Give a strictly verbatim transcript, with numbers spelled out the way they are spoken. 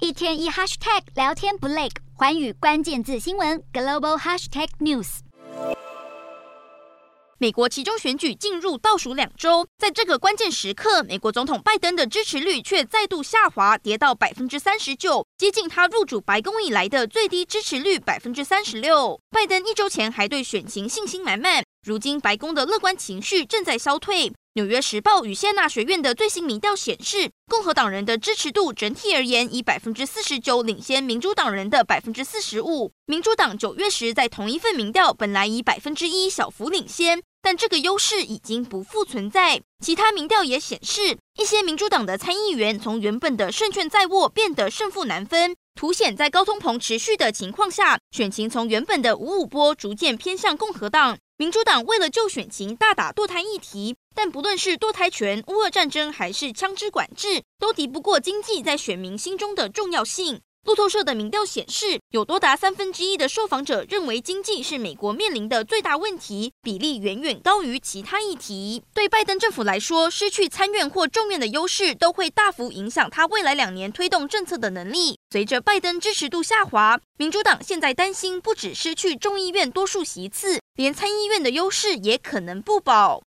一天一 hashtag 聊天不累，寰宇关键字新闻 global hashtag news。 美国期中选举进入倒数两周，在这个关键时刻，美国总统拜登的支持率却再度下滑，跌到百分之三十九，接近他入主白宫以来的最低支持率百分之三十六。拜登一周前还对选情信心满满，如今白宫的乐观情绪正在消退。纽约时报与谢纳学院的最新民调显示，共和党人的支持度整体而言以百分之四十九领先民主党人的百分之四十五。民主党九月时在同一份民调本来以百分之一小幅领先，但这个优势已经不复存在。其他民调也显示，一些民主党的参议员从原本的胜券在握变得胜负难分，凸显在高通膨持续的情况下，选情从原本的五五波逐渐偏向共和党。民主党为了救选情大打堕胎议题，但不论是堕胎权、乌俄战争还是枪支管制，都敌不过经济在选民心中的重要性。路透社的民调显示，有多达三分之一的受访者认为经济是美国面临的最大问题，比例远远高于其他议题。对拜登政府来说，失去参院或众院的优势，都会大幅影响他未来两年推动政策的能力。随着拜登支持度下滑，民主党现在担心不只失去众议院多数席次，连参议院的优势也可能不保。